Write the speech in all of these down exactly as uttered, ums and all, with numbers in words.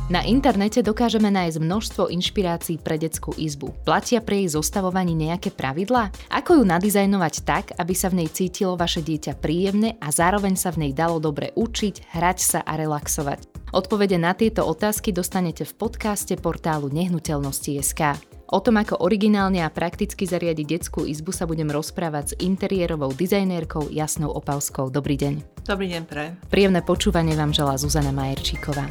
Na internete dokážeme nájsť množstvo inšpirácií pre detskú izbu. Platia pri jej zostavovaní nejaké pravidlá? Ako ju nadizajnovať tak, aby sa v nej cítilo vaše dieťa príjemne a zároveň sa v nej dalo dobre učiť, hrať sa a relaxovať? Odpovede na tieto otázky dostanete v podcaste portálu nehnuteľnosti bodka es ká. O tom, ako originálne a prakticky zariadiť detskú izbu, sa budem rozprávať s interiérovou dizajnérkou Jasnou Opavskou. Dobrý deň. Dobrý deň, prajem. Príjemné počúvanie vám želá Zuzana Majerčíková.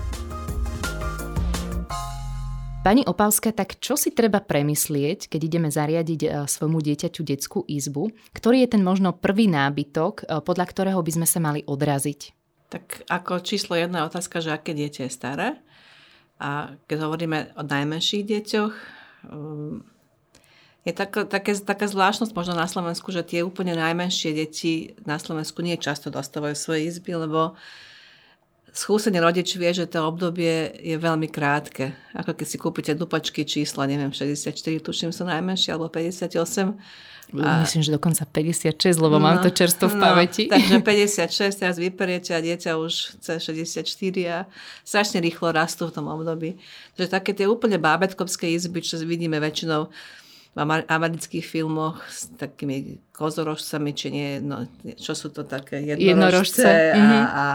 Pani Opavská, tak čo si treba premyslieť, keď ideme zariadiť svojmu dieťaťu detskú izbu? Ktorý je ten možno prvý nábytok, podľa ktorého by sme sa mali odraziť? Tak ako číslo jedna otázka, že aké dieťa je staré. A keď hovoríme o najmenších deťoch, je taká, také, taká zvláštnosť možno na Slovensku, že tie úplne najmenšie deti na Slovensku nie často dostávajú svoje izby, lebo skúsený rodič vie, že to obdobie je veľmi krátke. Ako keď si kúpite dupačky čísla, neviem, šesťdesiatštyri, tuším, sú najmenšie, alebo päťdesiatosem. A myslím, že dokonca päťdesiatšesť, lebo no, mám to čerstvo v pamäti. No, takže päťdesiatšesť teraz vyperiete a dieťa už chce šesťdesiatštyri a strašne rýchlo rastú v tom období. Takže také tie úplne bábätkovské izby, čo vidíme väčšinou v amerických filmoch s takými kozorožcami, či nie, no, čo sú to také jednorožce, jednorožce. A, mm-hmm. a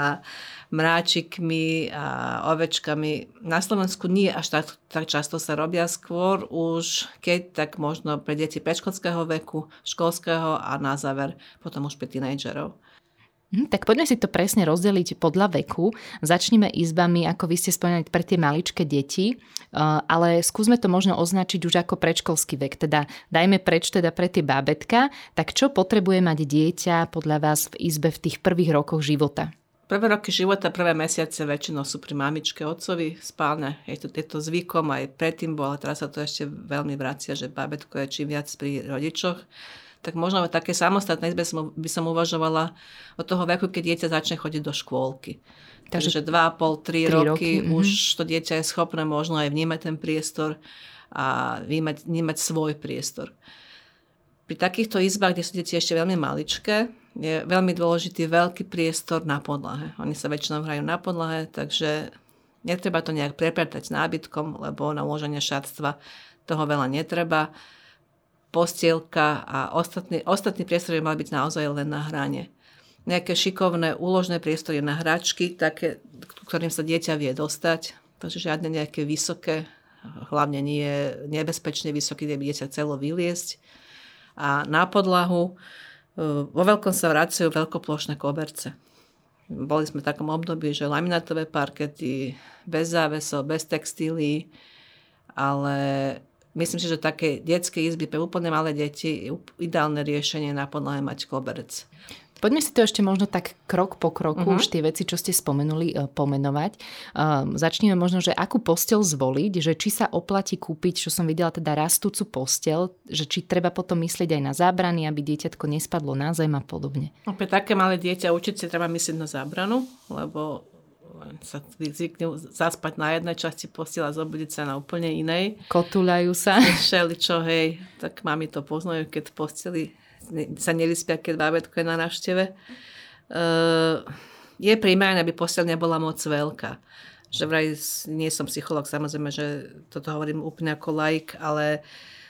mráčikmi a ovečkami. Na Slovensku nie až tak, tak často sa robia, skôr už keď tak možno pre deti predškolského veku, školského a na záver potom už pre tínedžerov. Hm, tak poďme si to presne rozdeliť podľa veku. Začnime izbami, ako vy ste spomínali, pre tie maličké deti, ale skúsme to možno označiť už ako predškolský vek. Teda dajme preč teda pre tie bábätka. Tak čo potrebuje mať dieťa podľa vás v izbe v tých prvých rokoch života? Prvé roky života, prvé mesiace väčšinou sú pri mamičke, otcovi spálne. Je to, je to zvykom, aj predtým bolo, ale teraz sa to ešte veľmi vracia, že bábätko je čím viac pri rodičoch. Tak možno také samostatné izbe by som uvažovala od toho veku, keď dieťa začne chodiť do škôlky. Takže dva a pol, tri roky, roky už mm-hmm. to dieťa je schopné možno aj vnímať ten priestor a vnímať, vnímať svoj priestor. Pri takýchto izbách, kde sú deti ešte veľmi maličké, je veľmi dôležitý veľký priestor na podlahe. Oni sa väčšinou hrajú na podlahe, takže netreba to nejak prepratať s nábytkom, lebo na uloženie šatstva toho veľa netreba. Postielka a ostatný, ostatný priestor by mal byť naozaj len na hranie. Nejaké šikovné úložné priestory na hračky, také, ktorým sa dieťa vie dostať, takže žiadne nejaké vysoké, hlavne nie nebezpečne vysoké, kde by dieťa chcelo vyliesť. A na podlahu vo veľkom sa vracajú veľkoplošné koberce. Boli sme v takom období, že laminátové parkety, bez závesov, bez textílií, ale myslím si, že také detské izby pre úplne malé deti je ideálne riešenie na podlahe mať koberec. Poďme si to ešte možno tak krok po kroku, uh-huh. už tie veci, čo ste spomenuli, pomenovať. Um, začneme možno, že akú posteľ zvoliť, že či sa oplatí kúpiť, čo som videla, teda rastúcu posteľ, že či treba potom myslieť aj na zábrany, aby dieťatko nespadlo na zem a podobne. Opäť také malé dieťa určite treba myslieť na zábranu, lebo sa zvyknú zaspať na jednej časti postele a zobudiť sa na úplne inej. Kotuľajú sa. Šeli čo, hej, tak mami to poznajú, keď v posteli sa nevyspia, keď bábätko je na návšteve. Uh, je primárne, aby posteľ nebola moc veľká. Že vraj, nie som psychológ, samozrejme, že toto hovorím úplne ako laik, ale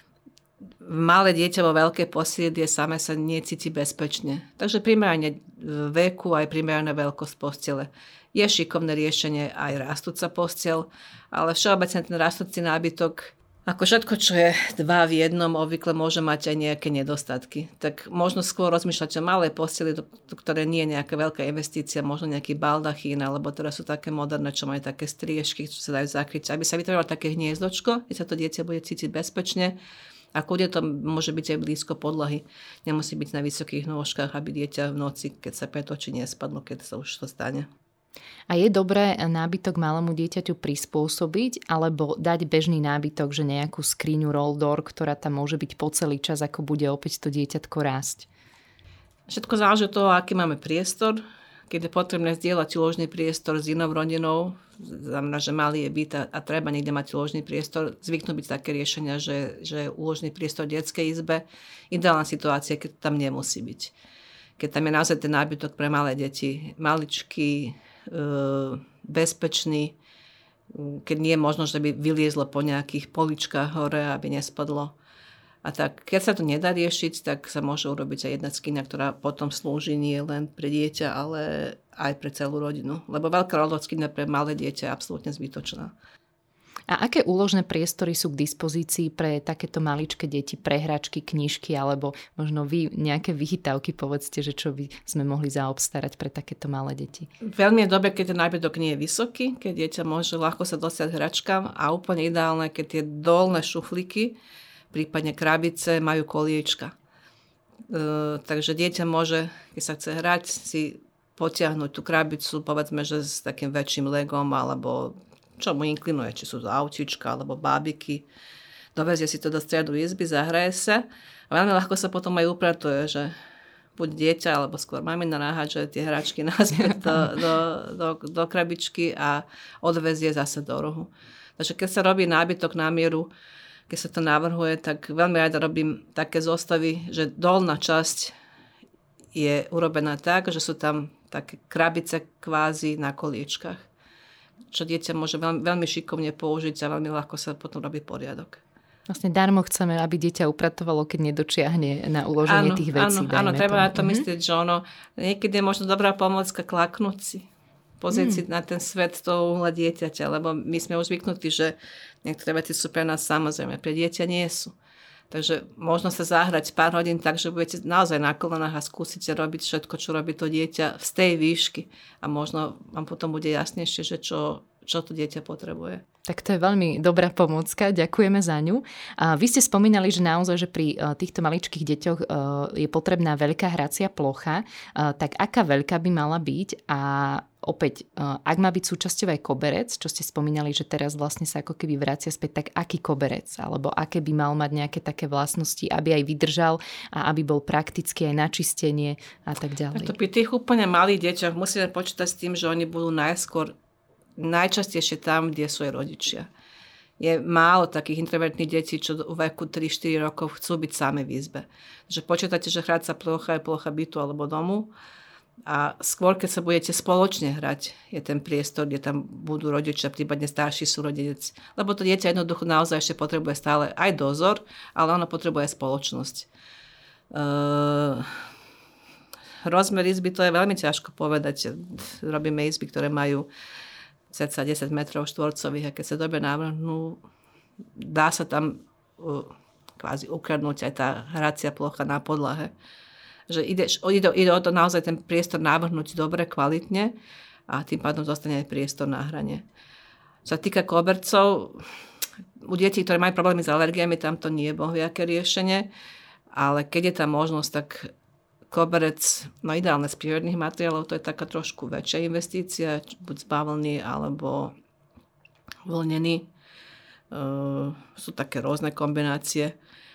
malé dieťa vo veľkej posteli samé sa necíti bezpečne. Takže primárne veku aj primárne veľkosť postele. Je šikovné riešenie aj rastúca posteľ, ale všeobecne ten rastúci nábytok, ako všetko, čo je dva v jednom, obvykle môže mať aj nejaké nedostatky. Tak možno skôr rozmýšľať o malej posteli, ktoré nie je nejaká veľká investícia, možno nejaký baldachín, alebo teraz sú také moderné, čo majú také striežky, čo sa dajú zakryť, aby sa vytvorilo také hniezdočko, kde sa to dieťa bude cítiť bezpečne. A kľudne to môže byť aj blízko podlahy. Nemusí byť na vysokých nôžkach, aby dieťa v noci, keď sa pretočí, nespadlo, keď sa už to stane. A je dobré nábytok malému dieťaťu prispôsobiť alebo dať bežný nábytok, že nejakú skriňu roll door, ktorá tam môže byť po celý čas, ako bude opäť to dieťatko rásť? Všetko záleží od toho, aký máme priestor. Keď je potrebné zdieľať úložný priestor s inou rodinou, znamená, že malý je byt a, a treba niekde mať úložný priestor, zvyknú byť také riešenia, že, že úložný priestor v detskej izbe, ideálna situácia, keď tam nemusí byť. Keď tam je naozaj ten nábytok pre malé deti, maličký, bezpečný, keď nie je možno, že by vyliezlo po nejakých poličkách hore, aby nespadlo. A tak, keď sa to nedá riešiť, tak sa môže urobiť aj jedna skýňa, ktorá potom slúži nie len pre dieťa, ale aj pre celú rodinu. Lebo veľká skýňa pre malé dieťa je absolútne zbytočná. A aké úložné priestory sú k dispozícii pre takéto maličké deti, prehračky, knižky, alebo možno vy nejaké vychytávky, povedzte, že čo by sme mohli zaobstarať pre takéto malé deti? Veľmi je dobre, keď ten nábytok nie je vysoký, keď dieťa môže ľahko sa dostať hračkám a úplne ideálne, keď tie dolné šuflíky, prípadne krabice, majú koliečka. E, takže dieťa môže, keď sa chce hrať, si potiahnuť tú krabicu, povedzme, že s takým väčším legom, alebo čo mu inklinuje, či sú to autíčka, alebo bábiky. Dovezie si to do stredu izby, zahraje sa. A veľmi ľahko sa potom aj upratuje, že buď dieťa, alebo skôr mamina naháže tie hračky naspäť do, do, do, do krabičky a odvezie zase do rohu. Takže keď sa robí nábytok na mieru, keď sa to navrhuje, tak veľmi rada robím také zostavy, že dolná časť je urobená tak, že sú tam také krabice kvázi na koliečkach, čo dieťa môže veľmi, veľmi šikovne použiť a veľmi ľahko sa potom robí poriadok. Vlastne darmo chceme, aby dieťa upratovalo, keď nedočiahne na uloženie áno, tých vecí. Áno, áno, treba tomu. na to myslieť, že ono, niekedy je možno dobrá pomôcka klaknúť si. Pozrieť mm. si na ten svet toho uhla dieťaťa, lebo my sme už zvyknutí, že niektoré veci sú pre nás samozrejme, pre dieťa nie sú. Takže možno sa zahrať pár hodín tak, že budete naozaj na kolenách a skúsite robiť všetko, čo robí to dieťa z tej výšky. A možno vám potom bude jasnejšie, že čo, čo to dieťa potrebuje. Tak to je veľmi dobrá pomôcka, ďakujeme za ňu. A vy ste spomínali, že naozaj, že pri týchto maličkých deťoch je potrebná veľká hracia plocha. Tak aká veľká by mala byť? A opäť, ak má byť súčasťou aj koberec, čo ste spomínali, že teraz vlastne sa ako keby vracia späť, tak aký koberec? Alebo aké by mal mať nejaké také vlastnosti, aby aj vydržal a aby bol praktický aj na čistenie a tak ďalej? Tak to pri tých úplne malých deťoch musíme počítať s tým, že oni budú najskôr najčastejšie tam, kde sú aj rodičia. Je málo takých introvertných detí, čo v veku tri štyri rokov chcú byť same v izbe. Takže počítate, že hracia plocha je plocha bytu alebo domu a skôr, keď sa budete spoločne hrať, je ten priestor, kde tam budú rodičia, prípadne starší súrodenec. Lebo to dieťa jednoducho naozaj ešte potrebuje stále aj dozor, ale ono potrebuje aj spoločnosť. Uh, rozmer izby, to je veľmi ťažko povedať. Robíme izby, ktoré majú cca desať metrov štvorcových a keď sa dobre navrhnú, dá sa tam uh, kvázi ukradnúť aj tá hracia plocha na podlahe. Že ide, ide, ide o to naozaj ten priestor navrhnúť dobre, kvalitne a tým pádom zostane aj priestor na hranie. Čo sa týka kobercov, u detí, ktoré majú problémy s alergiami, tam to nie je bohviaké riešenie, ale keď je tam možnosť, tak koberec, no ideálne z prírodných materiálov, to je taká trošku väčšia investícia, buď z bavlny alebo vlnený. Uh, sú také rôzne kombinácie.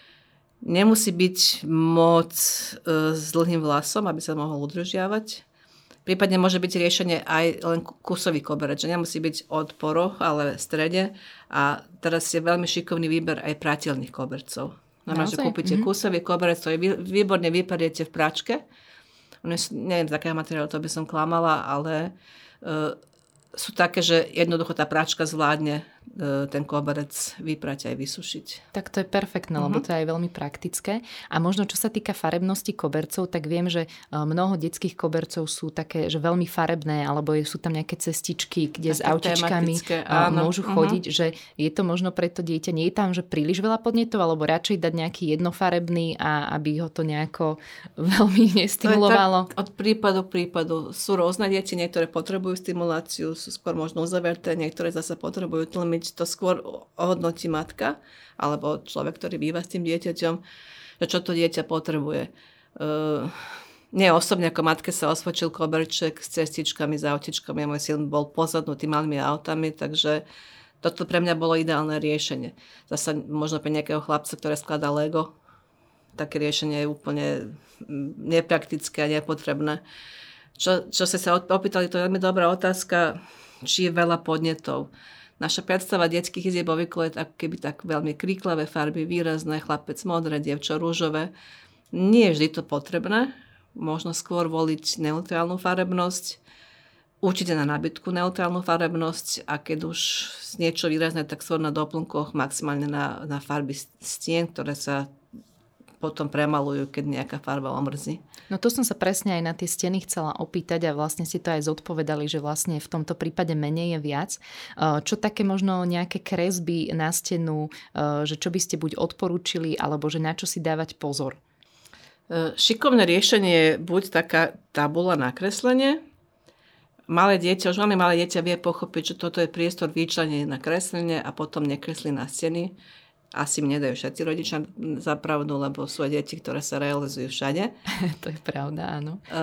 Nemusí byť moc uh, s dlhým vlasom, aby sa mohol udržiavať. Prípadne môže byť riešenie aj len kusový koberec, že nemusí byť od poroch, ale v strede. A teraz je veľmi šikovný výber aj pratielných kobercov. Znamená, že kúpite mm-hmm. kusový koberec, to je výborne vyperiete v práčke. Neviem, z akého materiálu to by som klamala, ale uh, sú také, že jednoducho tá práčka zvládne uh, ten koberec vyprať aj vysušiť. Tak to je perfektné, uh-huh. lebo to je aj veľmi praktické. A možno čo sa týka farebnosti kobercov, tak viem, že mnoho detských kobercov sú také, že veľmi farebné, alebo sú tam nejaké cestičky, kde také s autičkami môžu chodiť, uh-huh. že je to možno pre to dieťa, nie je tam, že príliš veľa podnetov, alebo radšej dať nejaký jednofarebný a aby ho to nejako veľmi nestimulovalo. Od prípadu k prípadu sú rôzne deti, niektoré potrebujú stimuláciu, sú skôr možno uzavreté, niektoré zase potrebujú tlmiť. To skôr ohodnotí matka alebo človek, ktorý býva s tým dieťaťom, že čo to dieťa potrebuje. Uh, nie osobne ako matke sa osvočil koberček s cestičkami, s autičkami a môj syn bol pozadnutý malými autami, takže toto pre mňa bolo ideálne riešenie. Zasa možno pre nejakého chlapca, ktoré skladá Lego, také riešenie je úplne nepraktické a nepotrebné. Čo, čo ste sa opýtali, to je veľmi dobrá otázka, či je veľa podnetov. Naša predstava detských izieb obvykle je ako keby tak veľmi kríklavé farby, výrazné, chlapec modré, dievča rúžové. Nie je vždy to potrebné. Možno skôr voliť neutrálnu farebnosť. určite na nábytku neutrálnu farebnosť a keď už niečo výrazné, tak skôr na doplnkoch, maximálne na, na farby stien, ktoré sa potom premalujú, keď nejaká farba omrzí. No to som sa presne aj na tie steny chcela opýtať a vlastne si to aj zodpovedali, že vlastne v tomto prípade menej je viac. Čo také možno nejaké kresby na stenu, že čo by ste buď odporúčili, alebo že na čo si dávať pozor? Šikovné riešenie je buď taká tabula na kreslenie. Malé dieťa, už veľmi malé dieťa vie pochopiť, že toto je priestor vyčlenený na kreslenie a potom nekreslí na steny. Asi mi nedajú všetci rodičia za pravdu, lebo sú aj deti, ktoré sa realizujú všade. To je pravda, áno. E,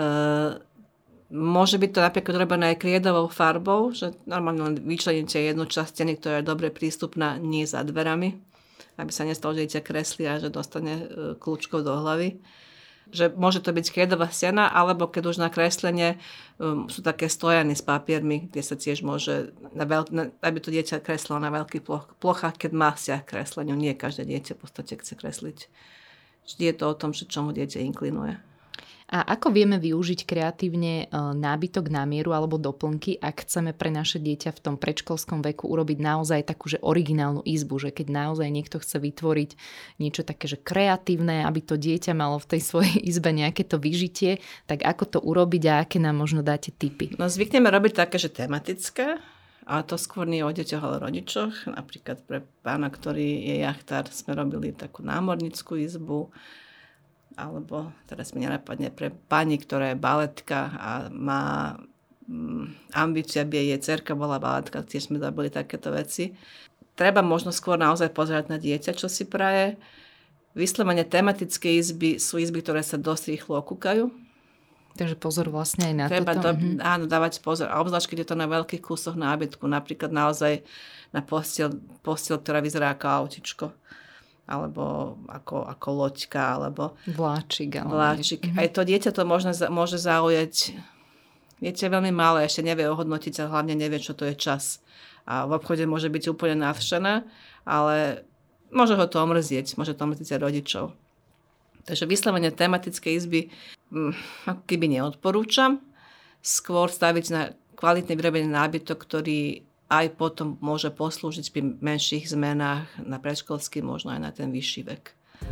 môže byť to napríklad robené aj kriedovou farbou, že normálne len vyčleníte jednu časť steny, ktorá je dobre prístupná, nie za dverami, aby sa nestalo, že dieťa kreslí a že dostane kľúčkov do hlavy. Že môže to byť kriedová stena, alebo keď už na kreslenie um, sú také stojany s papiermi, kde sa tiež môže, na veľk, na, aby to dieťa kreslilo na veľkých ploch, plochách, keď má vzťah k kresleniu. Nie každé dieťa v podstate chce kresliť. Vždy je to o tom, že čomu dieťa inklinuje. A ako vieme využiť kreatívne nábytok na mieru alebo doplnky, ak chceme pre naše dieťa v tom predškolskom veku urobiť naozaj takú, že originálnu izbu, že keď naozaj niekto chce vytvoriť niečo také, že kreatívne, aby to dieťa malo v tej svojej izbe nejaké to vyžitie, tak ako to urobiť a aké nám možno dáte tipy? No zvykneme robiť také, že tematické, ale to skôr nie o deťoch, ale o rodičoch. Napríklad pre pána, ktorý je jachtár, sme robili takú námornickú izbu, alebo teraz mi nenapadne pre pani, ktorá je baletka a má mm, ambícia, aby jej dcerka bola baletka, tiež sme zabili takéto veci. Treba možno skôr naozaj pozerať na dieťa, čo si praje. Vyslovene tematické izby sú izby, ktoré sa dosť rýchlo okúkajú. Takže pozor vlastne aj na Treba toto. Do, áno, dávať pozor. A obzvlášť, keď je to na veľkých kúsoch nábytku. Napríklad naozaj na postiel, postiel ktorá vyzerá ako autičko. Alebo ako, ako loďka, alebo vláčik. Ale... vláčik. Aj to dieťa to možno, môže zaujať. Dieťa je veľmi malé, ešte nevie ohodnotiť a hlavne nevie, čo to je čas. A v obchode môže byť úplne nadšené, ale môže ho to omrzieť, môže to omrzieť aj rodičov. Takže vyslovene tematické izby ako keby neodporúčam. Skôr staviť na kvalitne vyrobený nábytok, ktorý aj potom môže poslúžiť pri menších zmenách na predškolský, možno aj na ten vyšší vek.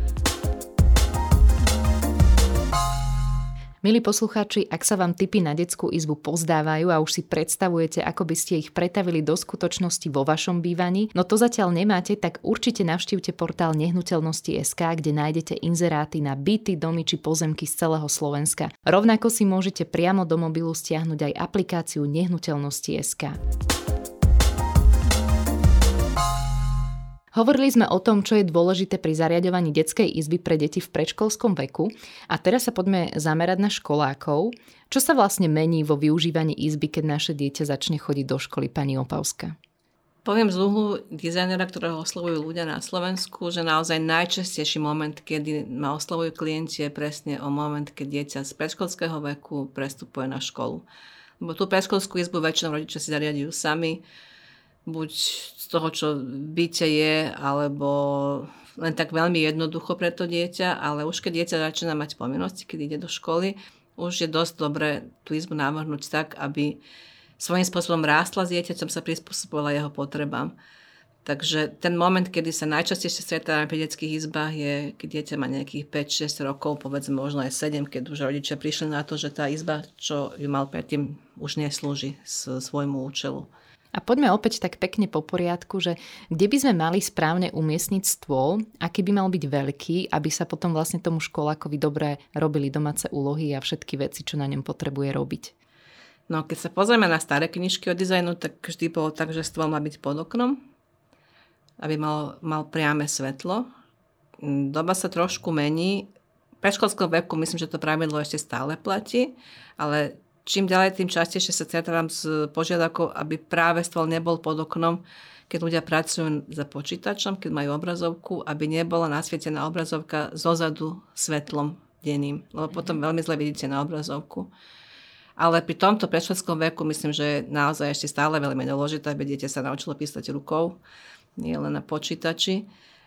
Milí poslucháči, ak sa vám tipy na detskú izbu pozdávajú a už si predstavujete, ako by ste ich pretavili do skutočnosti vo vašom bývaní, no to zatiaľ nemáte, tak určite navštívte portál nehnuteľnosti bodka es ká, kde nájdete inzeráty na byty, domy či pozemky z celého Slovenska. Rovnako si môžete priamo do mobilu stiahnuť aj aplikáciu Nehnuteľnosti bodka es ká. Hovorili sme o tom, čo je dôležité pri zariaďovaní detskej izby pre deti v predškolskom veku a teraz sa poďme zamerať na školákov. Čo sa vlastne mení vo využívaní izby, keď naše dieťa začne chodiť do školy, pani Opavská? Poviem z uhlu dizajnera, ktorého oslovujú ľudia na Slovensku, že naozaj najčastejší moment, kedy ma oslovujú klienti, je presne o moment, keď dieťa z predškolského veku prestupuje na školu. Lebo tú predškolskú izbu väčšinou rodičia si zariadujú sami, buď z toho, čo v byte je, alebo len tak veľmi jednoducho pre to dieťa, ale už keď dieťa začína mať povinnosti, keď ide do školy, už je dosť dobré tú izbu navrhnúť tak, aby svojím spôsobom rástla s dieťaťom, sa prispôsobovala jeho potrebám. Takže ten moment, kedy sa najčastejšie stretávame pri detských izbách, je, keď dieťa má nejakých päť šesť rokov, povedzme možno aj sedem, keď už rodičia prišli na to, že tá izba, čo ju mal predtým, už neslúži svojmu účelu. A poďme opäť tak pekne po poriadku, že kde by sme mali správne umiestniť stôl, aký by mal byť veľký, aby sa potom vlastne tomu školákovi dobre robili domáce úlohy a všetky veci, čo na ňom potrebuje robiť. No keď sa pozrieme na staré knižky o dizajnu, tak vždy bolo tak, že stôl má byť pod oknom, aby mal, mal priame svetlo. Doba sa trošku mení. V predškolskom veku myslím, že to pravidlo ešte stále platí, ale čím ďalej, tým častejšie sa stretávam s požiadavkou, aby práve stôl nebol pod oknom, keď ľudia pracujú za počítačom, keď majú obrazovku, aby nebola nasvietená obrazovka zozadu svetlom denným, lebo potom veľmi zle vidíte na obrazovku. Ale pri tomto predškolskom veku myslím, že je naozaj ešte stále veľmi dôležité, aby dieťa sa naučilo písať rukou, nie len na počítači.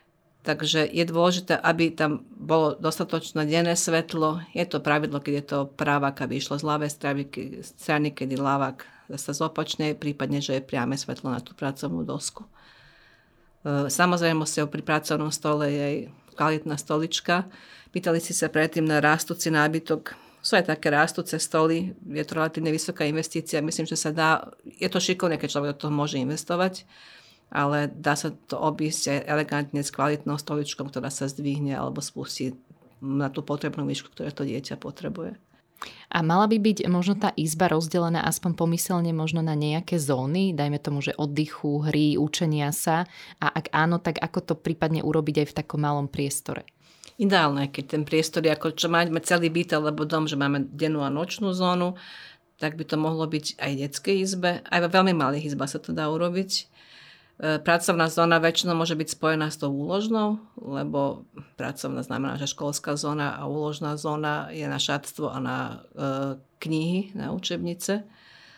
Takže je dôležité, aby tam bolo dostatočné denné svetlo. Je to pravidlo, keď je to právak, aby išlo z ľavej strany, kedy ľavák sa z opačnej, prípadne, že je priame svetlo na tú pracovnú dosku. Samozrejme, pri pracovnom stole je kvalitná stolička. Pýtali si sa predtým na rastúci nábytok. Sú aj také rastúce stoly. Je to relatívne vysoká investícia. Myslím, že sa dá... Je to šikovné, keď človek do toho môže investovať, ale dá sa to obísť aj elegantne s kvalitnou stoličkou, ktorá sa zdvihne alebo spustí na tú potrebnú výšku, ktoré to dieťa potrebuje. A mala by byť možno tá izba rozdelená aspoň pomyselne možno na nejaké zóny, dajme tomu, že oddychu, hry, učenia sa, a ak áno, tak ako to prípadne urobiť aj v takom malom priestore? Ideálne, keď ten priestor je ako čo máme celý byt alebo dom, že máme dennú a nočnú zónu, tak by to mohlo byť aj v detskej izbe. Aj vo veľmi malých izbách sa to dá urobiť. Pracovná zóna väčšinou môže byť spojená s tou úložnou, lebo pracovná znamená, že školská zóna a úložná zóna je na šatstvo a na e, knihy, na učebnice.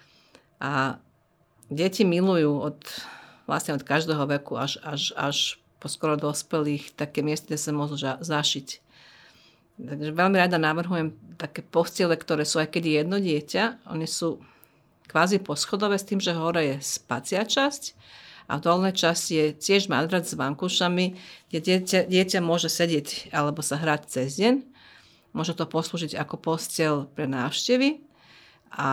A deti milujú od, vlastne od každého veku až, až, až po skoro dospelých také miesta, kde sa môžu zašiť. Takže veľmi rada navrhujem také postele, ktoré sú, aj keď je jedno dieťa, oni sú kvázi poschodové s tým, že hore je spacia časť, a v dolnej časti je tiež madrac s vankúšami, kde dieťa, dieťa môže sedieť alebo sa hrať cez deň. Môže to poslúžiť ako posteľ pre návštevy a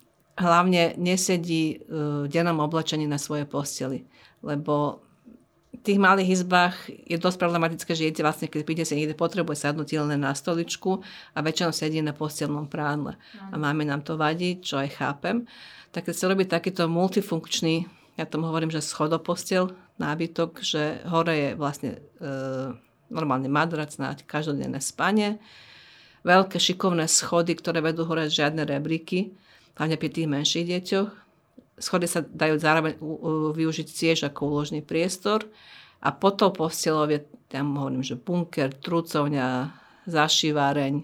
hlavne nesedí v dennom oblečení na svojej posteli. Lebo v tých malých izbách je dosť problematické, že dieťa vlastne, keď príde sa niekde, potrebuje sadnúť len na stoličku a väčšinou sedí na posteľnom prádle. A máme nám to vadí, čo aj chápem. Tak keď sa robí takýto multifunkčný, ja tomu hovorím, že schodoposteľ, nábytok, že hore je vlastne e, normálne madrac na každodenné spanie, veľké šikovné schody, ktoré vedú hore žiadne rebríky, hlavne pri tých menších deťoch. Schody sa dajú zároveň u, u, využiť tiež ako úložný priestor a pod tou posteľou je, ja hovorím, že bunker, trucovňa, zašiváreň,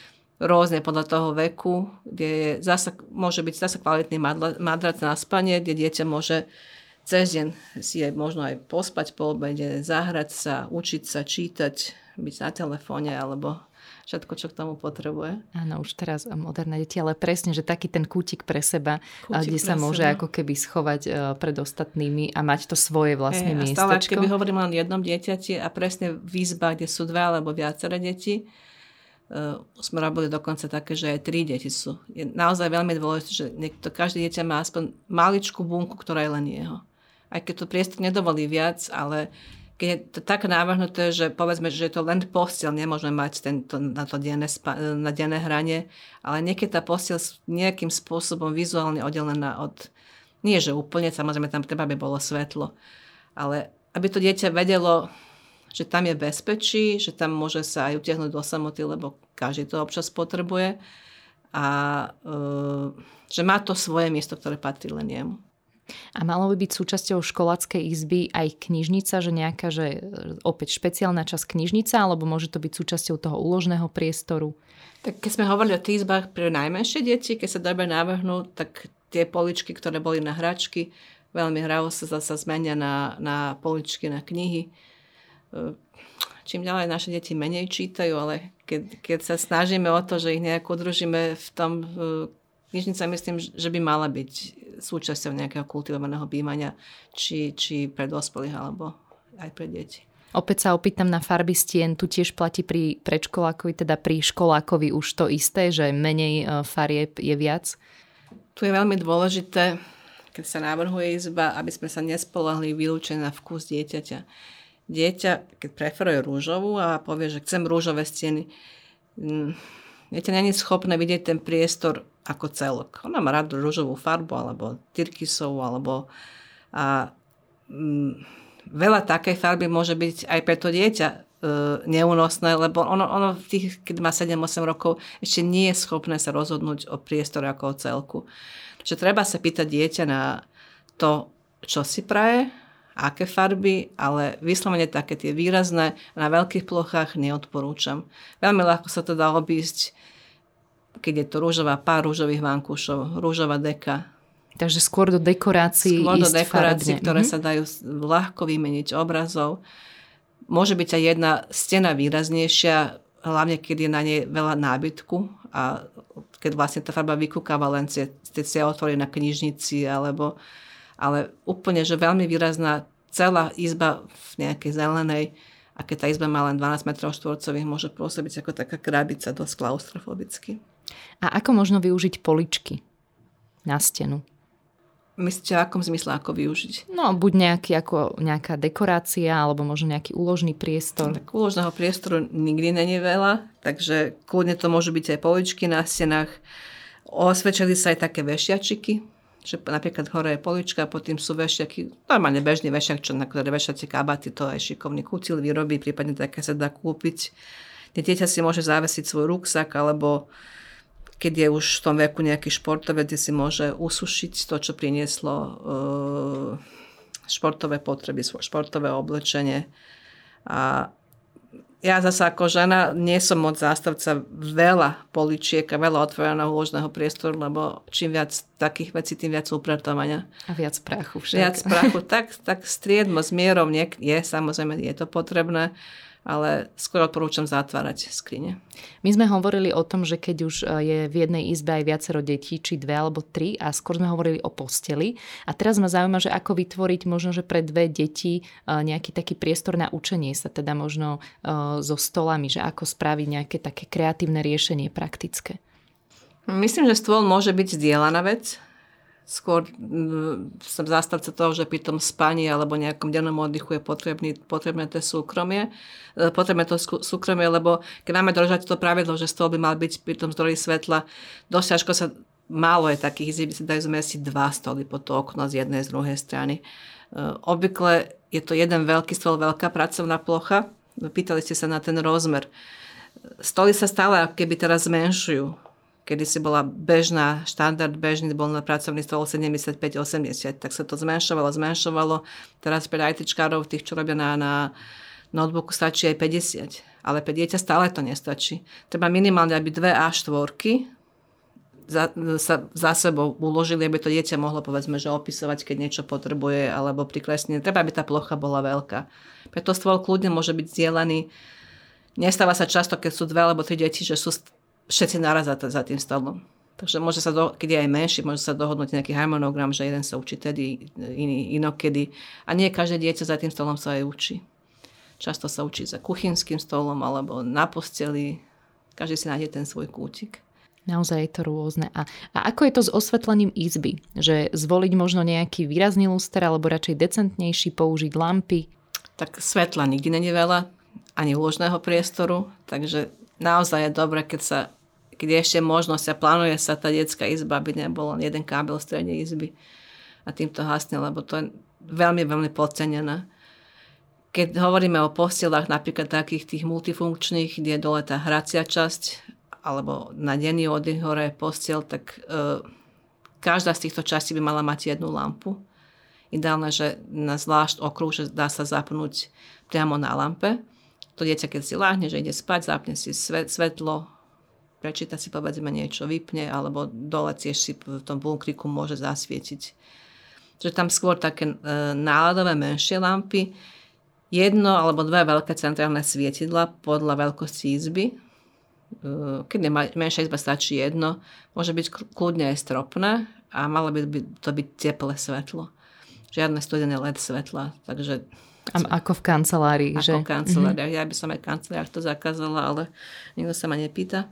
rôzne podľa toho veku, kde je zasa, môže byť zase kvalitný madrac na spanie, kde dieťa môže cez deň si aj možno aj pospať po obede, zahrať sa, učiť sa, čítať, byť na telefóne alebo všetko, čo k tomu potrebuje. Áno, už teraz moderné deti, ale presne, že taký ten kútik pre seba, kútik kde sa môže seba. Ako keby schovať pred ostatnými a mať to svoje vlastne hey, miestečko. A stále, keby hovorím len o jednom dieťati a presne v izbách, kde sú dve alebo viaceré deti, Uh, sme robili dokonca také, že aj tri deti sú. Je naozaj veľmi dôležité, že niekto, každé dieťa má aspoň maličkú bunku, ktorá je len jeho. Aj keď to priestor nedovolí viac, ale keď je to tak navrhnuté, že povedzme, že je to len posteľ, nemôžeme mať tento, na to denné, na denné hranie, ale niekedy tá posteľ nejakým spôsobom vizuálne oddelená od, nie že úplne, samozrejme tam treba by bolo svetlo, ale aby to dieťa vedelo, že tam je bezpečí, že tam môže sa aj utiahnuť do samoty, lebo každý to občas potrebuje a e, že má to svoje miesto, ktoré patrí len jemu. A malo by byť súčasťou školáckej izby aj knižnica, že nejaká, že opäť špeciálna časť knižnica, alebo môže to byť súčasťou toho úložného priestoru? Tak keď sme hovorili o tých izbách pre najmenšie deti, keď sa dobre navrhnú, tak tie poličky, ktoré boli na hračky, veľmi hravo sa zasa zmenia na, na poličky na knihy. Čím ďalej naše deti menej čítajú, ale keď, keď sa snažíme o to, že ich nejako udržíme v tom, knižnica myslím, že by mala byť súčasťou nejakého kultivovaného bývania, či, či pre dospelých, alebo aj pre deti. Opäť sa opýtam na farby stien, tu tiež platí pri predškolákovi, teda pri školákovi už to isté, že menej farieb je viac? Tu je veľmi dôležité, keď sa navrhuje izba, aby sme sa nespoľahli vylúčene na vkus dieťaťa. Dieťa, keď preferuje rúžovú a povie, že chcem rúžové steny, dieťa nie je schopné vidieť ten priestor ako celok. Ona má rád rúžovú farbu, alebo tyrkysovú, alebo a, m, veľa takej farby môže byť aj pre to dieťa e, neúnosné, lebo ono, ono v tých, keď má sedem osem rokov, ešte nie je schopné sa rozhodnúť o priestore ako o celku. Čiže treba sa pýtať dieťa na to, čo si praje, aké farby, ale vyslovene také tie výrazné na veľkých plochách neodporúčam. Veľmi ľahko sa to dá obísť, keď je to rúžová pár rúžových vankúšov, rúžová deka. Takže skôr do dekorácií Skôr do ísť dekorácií, farebne. ktoré mm-hmm. sa dajú ľahko vymeniť obrazov. Môže byť aj jedna stena výraznejšia, hlavne keď je na nej veľa nábytku a keď vlastne tá farba vykúkáva len tie, tie otvory na knižnici, alebo, ale úplne, že veľmi výrazná celá izba v nejakej zelenej, a keď tá izba má len dvanásť metrov štvorcových, môže pôsobiť ako taká krabica dosť klaustrofobicky. A ako možno využiť poličky na stenu? Myslíte, v akom zmysle ako využiť? No, buď nejaký, ako nejaká dekorácia, alebo možno nejaký úložný priestor. Tak úložného priestoru nikdy není veľa, takže kľudne to môžu byť aj poličky na stenách. Osvedčili sa aj také vešiačiky, že napríklad hore je polička, potom sú vešiaky, normálne bežný vešiak, čo na ktoré vešiacie kabaty, to aj šikovný kutil vyrobí, prípadne také sa dá kúpiť. Dieťa si môže zavesiť svoj ruksak, alebo keď je už v tom veku nejaký športovec, kde si môže usušiť to, čo prinieslo e, športové potreby, športové oblečenie. A ja zase ako žena nie som moc zástavca veľa poličiek a veľa otvoreného úložného priestoru, lebo čím viac takých vecí, tým viac upratovania. A viac prachu však. Viac prachu. Tak, tak striedmo s mierou niek- je, samozrejme, je to potrebné, ale skôr odporúčam zatvárať skrine. My sme hovorili o tom, že keď už je v jednej izbe aj viacero detí, či dve alebo tri, a skôr sme hovorili o posteli. A teraz ma zaujíma, že ako vytvoriť možno, že pre dve deti nejaký taký priestor na učenie sa, teda možno so stolami, že ako spraviť nejaké také kreatívne riešenie praktické. Myslím, že stôl môže byť zdieľaná vec. Skôr som zástavca toho, že pri tom spaní alebo nejakom dennom oddychu je potrebný, potrebné to súkromie. Potrebné to súkromie, lebo keď máme držať to pravidlo, že stôl by mal byť pri tom zdroji svetla, dosť ťažko sa, málo je takých izb, by sa dajú zmestiť dva stoly po to okno z jednej, z druhej strany. Obvykle je to jeden veľký stôl, veľká pracovná plocha. Pýtali ste sa na ten rozmer. Stoly sa stále keby teraz zmenšujú. Kedy si bola bežná, štandard bežný bol na pracovný stôl sedemdesiatpäť osemdesiat, tak sa to zmenšovalo, zmenšovalo. Teraz pre ITčkárov, tých, čo robia na, na notebooku, stačí aj päťdesiat. Ale pre dieťa stále to nestačí. Treba minimálne, aby dve á štyri za, sa za sebou uložili, aby to dieťa mohlo, povedzme, že opisovať, keď niečo potrebuje, alebo prikreslenie. Treba, aby tá plocha bola veľká. Preto stôl kľudne môže byť zdieľaný. Nestáva sa často, keď sú dve alebo tri deti, že sú všetci naraz za, za tým stolom. Takže môže sa, do, keď je aj menší, môže sa dohodnúť nejaký harmonogram, že jeden sa učí tedy, iný inokedy. A nie každé dieťa za tým stolom sa aj učí. Často sa učí za kuchynským stolom alebo na posteli. Každý si nájde ten svoj kútik. Naozaj je to rôzne. A, a ako je to s osvetlením izby? Že zvoliť možno nejaký výrazný luster alebo radšej decentnejší, použiť lampy? Tak svetla nikdy není veľa, ani úložného priestoru, takže naozaj je dobre, keď sa, keď je ešte možnosť a plánuje sa tá detská izba, aby nebol len jeden kábel v strede izby a týmto hasne, lebo to je veľmi, veľmi podcenené. Keď hovoríme o postelách, napríklad takých tých multifunkčných, kde je dole tá hracia časť, alebo na denný oddych hore je postel, tak e, každá z týchto častí by mala mať jednu lampu. Ideálne, že na zvlášť okruh, že dá sa zapnúť priamo na lampe. To dieťa, keď si láhne, že ide spať, zapne si svetlo, prečíta si, povedzme, niečo, vypne, alebo dole tiež si v tom bunkriku môže zasvietiť. Čiže tam skôr také e, náladové menšie lampy, jedno alebo dve veľké centrálne svietidla podľa veľkosti izby. E, keď je menšia izba, stačí jedno. Môže byť kľudne aj stropné a malo by to byť teplé svetlo. Žiadne studené el é dé svetla, takže A, ako v kancelárii, ako že? Ako v kanceláriách. Mm-hmm. Ja by som aj v kanceláriách to zakázala, ale nikto sa ma nepýta.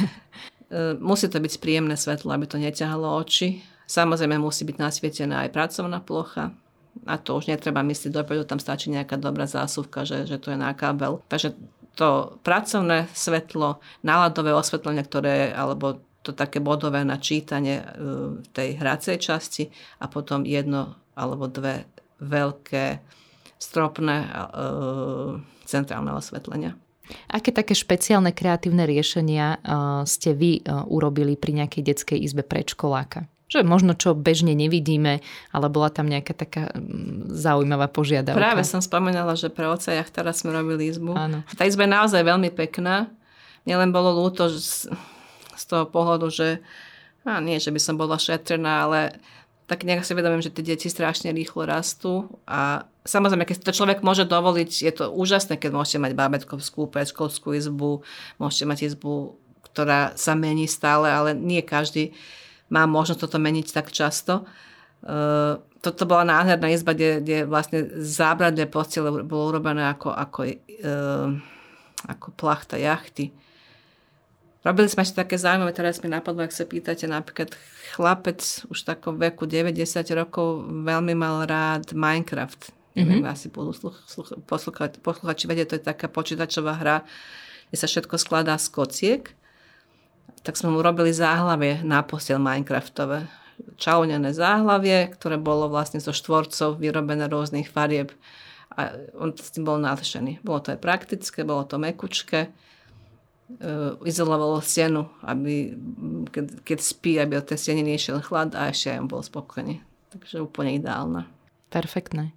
Musí to byť príjemné svetlo, aby to neťahalo oči. Samozrejme musí byť nasvietená aj pracovná plocha. A to už netreba myslieť dopredu, tam stačí nejaká dobrá zásuvka, že, že to je na kábel. Takže to pracovné svetlo, náladové osvetlenie, ktoré, alebo to také bodové na čítanie v tej hracej časti a potom jedno alebo dve veľké stropné e, centrálne osvetlenia. Aké také špeciálne kreatívne riešenia uh, ste vy uh, urobili pri nejakej detskej izbe predškoláka? Že možno čo bežne nevidíme, ale bola tam nejaká taká um, zaujímavá požiadavka. Práve som spomínala, že pre oca Jachtara sme robili izbu. Áno. Tá izba je naozaj veľmi pekná. Mne len bolo ľúto z, z toho pohľadu, že a nie, že by som bola šetrná, ale tak nejak si vedomím, že tie deti strašne rýchlo rastú a samozrejme, keď to človek môže dovoliť, je to úžasné, keď môžete mať bábätkovskú, predškolskú izbu, môžete mať izbu, ktorá sa mení stále, ale nie každý má možnosť toto meniť tak často. Uh, toto bola nádherná izba, kde, kde vlastne zábradlie postele bolo urobené ako, ako, uh, ako plachta jachty. Robili sme ešte také zaujímavé, teraz mi napadlo, ak sa pýtate, napríklad chlapec už v takom veku deväť desať rokov veľmi mal rád Minecraft. Mm-hmm. Neviem, asi budú posluchači vedieť, to je taká počítačová hra, kde sa všetko skladá z kociek. Tak sme mu robili záhlavie na posteľ Minecraftové. Čaunené záhlavie, ktoré bolo vlastne zo štvorcov vyrobené rôznych farieb. A on s tým bol nadšený. Bolo to aj praktické, bolo to mekučké. Izolovalo stenu, aby keď, keď spí, aby od tej steny nešiel chlad a ešte aj on bol spokojný. Takže úplne ideálna. Perfektné.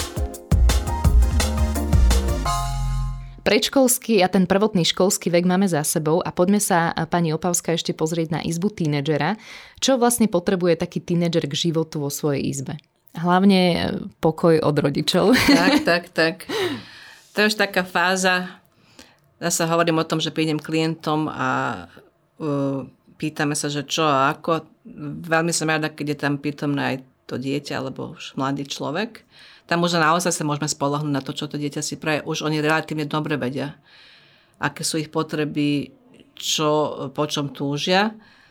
Predškolský a ten prvotný školský vek máme za sebou a poďme sa, pani Opavská, ešte pozrieť na izbu tínedžera. Čo vlastne potrebuje taký tínedžer k životu vo svojej izbe? Hlavne pokoj od rodičov. Tak, tak, tak. To je už taká fáza. Ja sa hovorím o tom, že prídem klientom a uh, pýtame sa, že čo a ako. Veľmi som rada, keď je tam prítomné aj to dieťa alebo už mladý človek. Tam už naozaj sa môžeme spoľahnúť na to, čo to dieťa si praje. Už oni relatívne dobre vedia, aké sú ich potreby, čo, po čom túžia.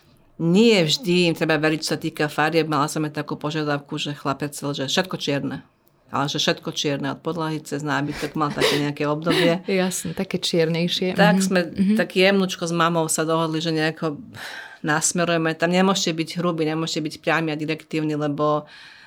Nie vždy im treba veriť, čo sa týka farieb. Mala som aj takú požiadavku, že chlapec chcel, že všetko čierne. Ale že všetko čierne od podlahy cez nábytok, mal také nejaké obdobie. Jasne, také čiernejšie. Tak mm-hmm. sme mm-hmm. tak jemnučko s mamou sa dohodli, že nejako nasmerujeme. Tam nemôžete byť hrubý, nemôžete byť priamy a direktívny, lebo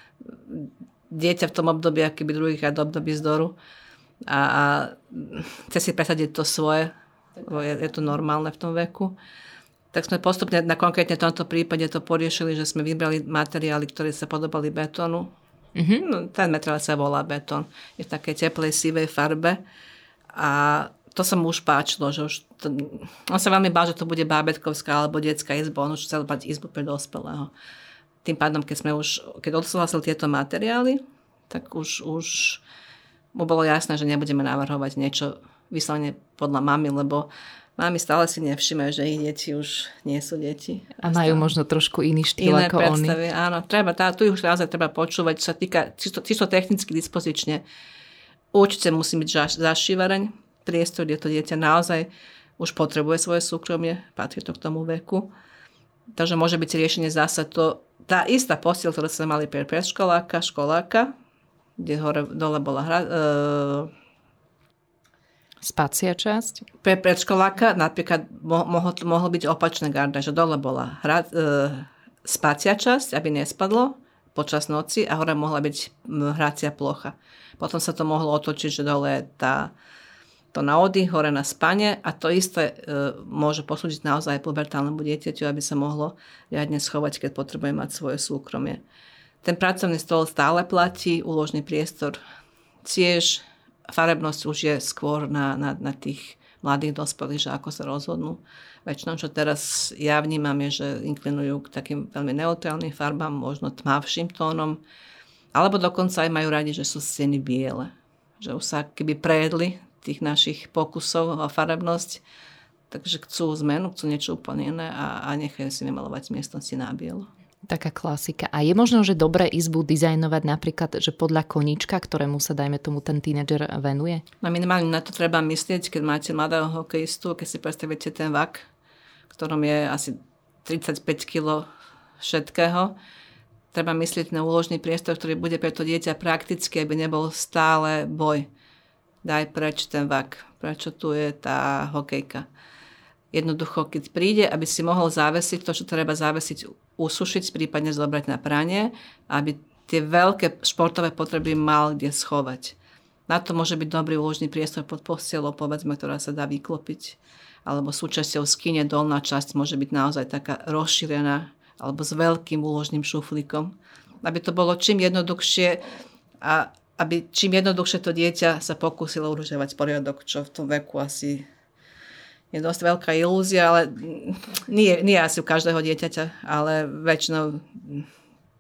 dieťa v tom období, aký by druhých aj do období zdoru. A, a chce si presadiť to svoje, je, je to normálne v tom veku. Tak sme postupne na konkrétne tomto prípade to poriešili, že sme vybrali materiály, ktoré sa podobali betónu. Mm-hmm. No, ten materiál sa volá betón. Je v takej teplej sivej farbe. A to sa mu už páčilo, že už to, on sa veľmi bál, že to bude bábätkovská alebo detská izba. On už chcel mať izbu pre dospelého. Tým pádom, keď sme už, keď odsúhlasil tieto materiály, tak už, už mu bolo jasné, že nebudeme navrhovať niečo vyslovene podľa mamy, lebo mami stále si nevšimajú, že ich deti už nie sú deti. A majú možno trošku iný štýl iné ako predstavy. oni. Áno, treba, tá, tu už naozaj treba počúvať, čo sa týka čisto, čisto technicky dispozične. Určite musí byť zašívareň, priestor, kde to dieťa naozaj už potrebuje svoje súkromie, patrí to k tomu veku. Takže môže byť riešenie zasa to, tá istá posteľ, ktorú sme mali pre predškoláka, školáka, kde hore dole bola hra, e, spacia časť. Pre predškoláka napríklad mohol, mohol byť opačné garda, že dole bola hra, e, spacia časť, aby nespadlo počas noci a hore mohla byť hracia plocha. Potom sa to mohlo otočiť, že dole je tá to na oddych, hore na spanie a to isté e, môže poslúžiť naozaj pubertálnemu dieťaťu, aby sa mohlo riadne schovať, keď potrebuje mať svoje súkromie. Ten pracovný stôl stále platí, úložný priestor tiež, farebnosť už je skôr na, na, na tých mladých dospelých, že ako sa rozhodnú. Väčšinou, čo teraz ja vnímam, je, že inklinujú k takým veľmi neutrálnym farbám, možno tmavším tónom, alebo dokonca aj majú radi, že sú steny biele. Že už sa keby prejedli tých našich pokusov o farebnosť, takže chcú zmenu, chcú niečo úplne iné a, a nechajú si vymalovať z miestnosti na bielo. Taká klasika. A je možno, že dobré izbu dizajnovať napríklad, že podľa koníčka, ktorému sa, dajme tomu, ten tínedžer venuje? No minimálne na to treba myslieť, keď máte mladého hokejistu, keď si predstavíte ten vak, v ktorom je asi tridsaťpäť kilogramov všetkého, treba myslieť na úložný priestor, ktorý bude pre to dieťa praktický, aby nebol stále boj. Daj preč ten vak, prečo tu je tá hokejka. Jednoducho, keď príde, aby si mohol závesiť to, čo treba závesiť, usušiť, prípadne zobrať na pranie, aby tie veľké športové potreby mal kde schovať. Na to môže byť dobrý úložný priestor pod posteľou, povedzme, ktorá sa dá vyklopiť. Alebo súčasťou skine dolná časť môže byť naozaj taká rozšírená alebo s veľkým úložným šuflíkom. Aby to bolo čím jednoduchšie a aby čím jednoduchšie to dieťa sa pokúsilo udržiavať poriadok, čo v tom veku asi je dosť veľká ilúzia, ale nie, nie asi u každého dieťaťa, ale väčšinou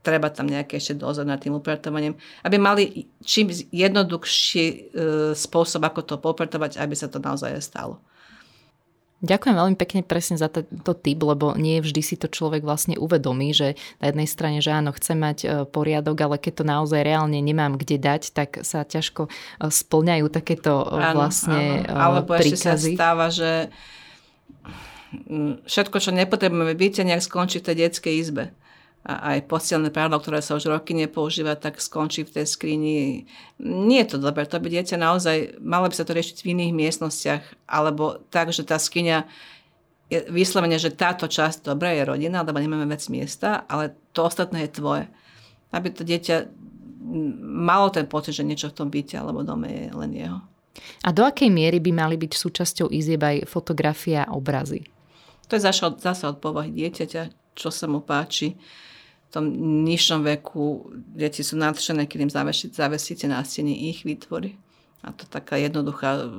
treba tam nejaký ešte dozor nad tým upratovaním, aby mali čím jednoduchší e, spôsob, ako to popratovať, aby sa to naozaj stalo. Ďakujem veľmi pekne presne za tento tip, lebo nie vždy si to človek vlastne uvedomí, že na jednej strane, že áno, chcem mať poriadok, ale keď to naozaj reálne nemám kde dať, tak sa ťažko splňajú takéto áno, vlastne áno. Alebo príkazy. Ešte sa stáva, že všetko, čo nepotrebujeme byť, nejak skončí v tej detskej izbe. A aj postielne prádlo, ktoré sa už roky nepoužíva, tak skončí v tej skrini. Nie je to dobré, to by dieťa naozaj, malo by sa to riešiť v iných miestnostiach, alebo tak, že tá skriňa je vyslovene, že táto časť, dobre, je rodina, lebo nemáme vec miesta, ale to ostatné je tvoje. Aby to dieťa malo ten pocit, že niečo v tom byte alebo dome je len jeho. A do akej miery by mali byť súčasťou izieb aj fotografia a obrazy? To je zase od, zase od povahy dieťaťa, čo sa mu páči. V tom nižšom veku deti sú nadšené, keď im zavesíte na stene ich výtvory. A to taká jednoduchá e,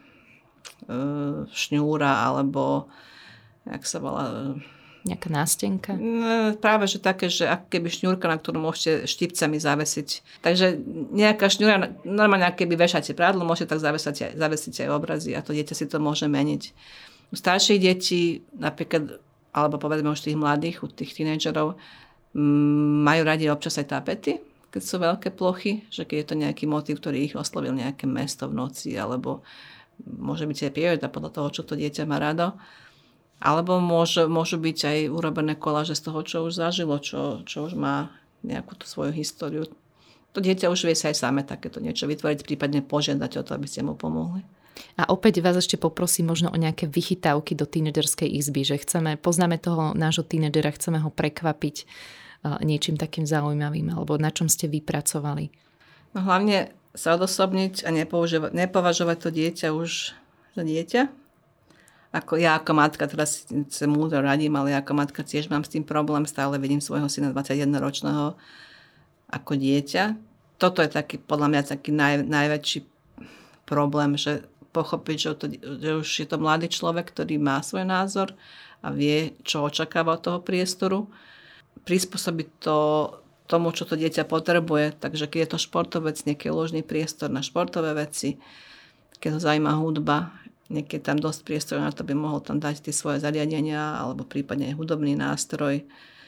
šňúra alebo jak sa volá... Nejaká nástenka? E, práve, že také, že ako keby šňúrka, na ktorú môžete štipcami zavesiť. Takže nejaká šňúra, normálne ako keby vešate prádlo, môžete tak zavesiť, zavesiť aj obrazy a to dieťa si to môže meniť. U starších detí, napríklad, alebo povedzme už tých mladých, u tých tínedžerov, majú radi občas aj tapety, keď sú veľké plochy, že keď je to nejaký motív, ktorý ich oslovil, nejaké mesto v noci, alebo môže byť aj príroda podľa toho, čo to dieťa má rado. Alebo môže, môžu byť aj urobené koláže z toho, čo už zažilo, čo, čo už má nejakú tú svoju históriu. To dieťa už vie sa aj same takéto niečo vytvoriť, prípadne požiadať o to, aby ste mu pomohli. A opäť vás ešte poprosím možno o nejaké vychytávky do tínedžerskej izby, že chceme, poznáme toho nášho tínedžera, chceme ho prekvapiť niečím takým zaujímavým, alebo na čom ste vypracovali? No hlavne sa odosobniť a nepovažovať to dieťa už za dieťa. Ako ja ako matka, teraz sa múdro radím, ale ja ako matka tiež mám s tým problém, stále vidím svojho syna dvadsaťjedenročného ako dieťa. Toto je taký, podľa mňa taký naj, najväčší problém, že pochopiť, že, to, že už je to mladý človek, ktorý má svoj názor a vie, čo očakáva od toho priestoru. Prispôsobiť to tomu, čo to dieťa potrebuje. Takže keď je to športovec, nieký ložný priestor na športové veci, keď ho zaujíma hudba, niekedy tam dosť priestor na to, by mohol tam dať tie svoje zariadenia alebo prípadne aj hudobný nástroj.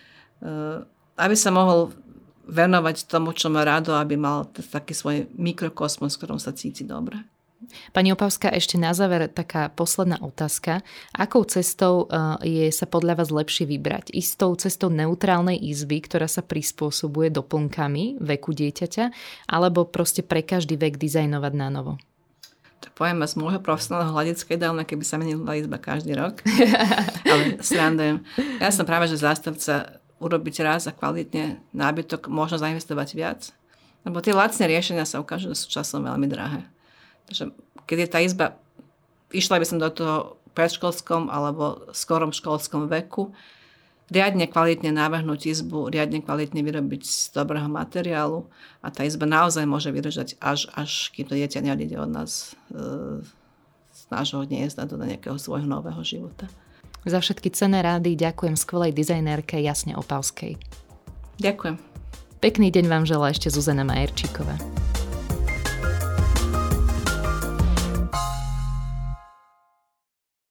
Aby sa mohol venovať tomu, čo má rado, aby mal taký svoj mikrokosmos, v ktorom sa cíti dobre. Pani Opavská, ešte na záver taká posledná otázka. Akou cestou je sa podľa vás lepšie vybrať? Ísť tou cestou neutrálnej izby, ktorá sa prispôsobuje doplnkami veku dieťaťa, alebo proste pre každý vek dizajnovať na novo? Tak poviem, z môjho profesionálneho hľadiska ideálne, keby sa menila izba každý rok. Ale srandujem. Ja som práve, že zástavca urobiť raz a kvalitne nábytok, možno zainvestovať viac. Lebo tie lacné riešenia sa ukážu, že sú časom veľmi drahé. Takže keď je tá izba, išla by som do toho predškolskom alebo skorom školskom veku, riadne kvalitne navrhnúť izbu, riadne kvalitne vyrobiť z dobrého materiálu a tá izba naozaj môže vydržať až, až kým to dieťa neodíde od nás e, z nášho hniezda do nejakého svojho nového života. Za všetky cenné rády ďakujem skvelej dizajnérke Jasne Opavskej. Ďakujem. Pekný deň vám želá ešte Zuzana Majerčíková.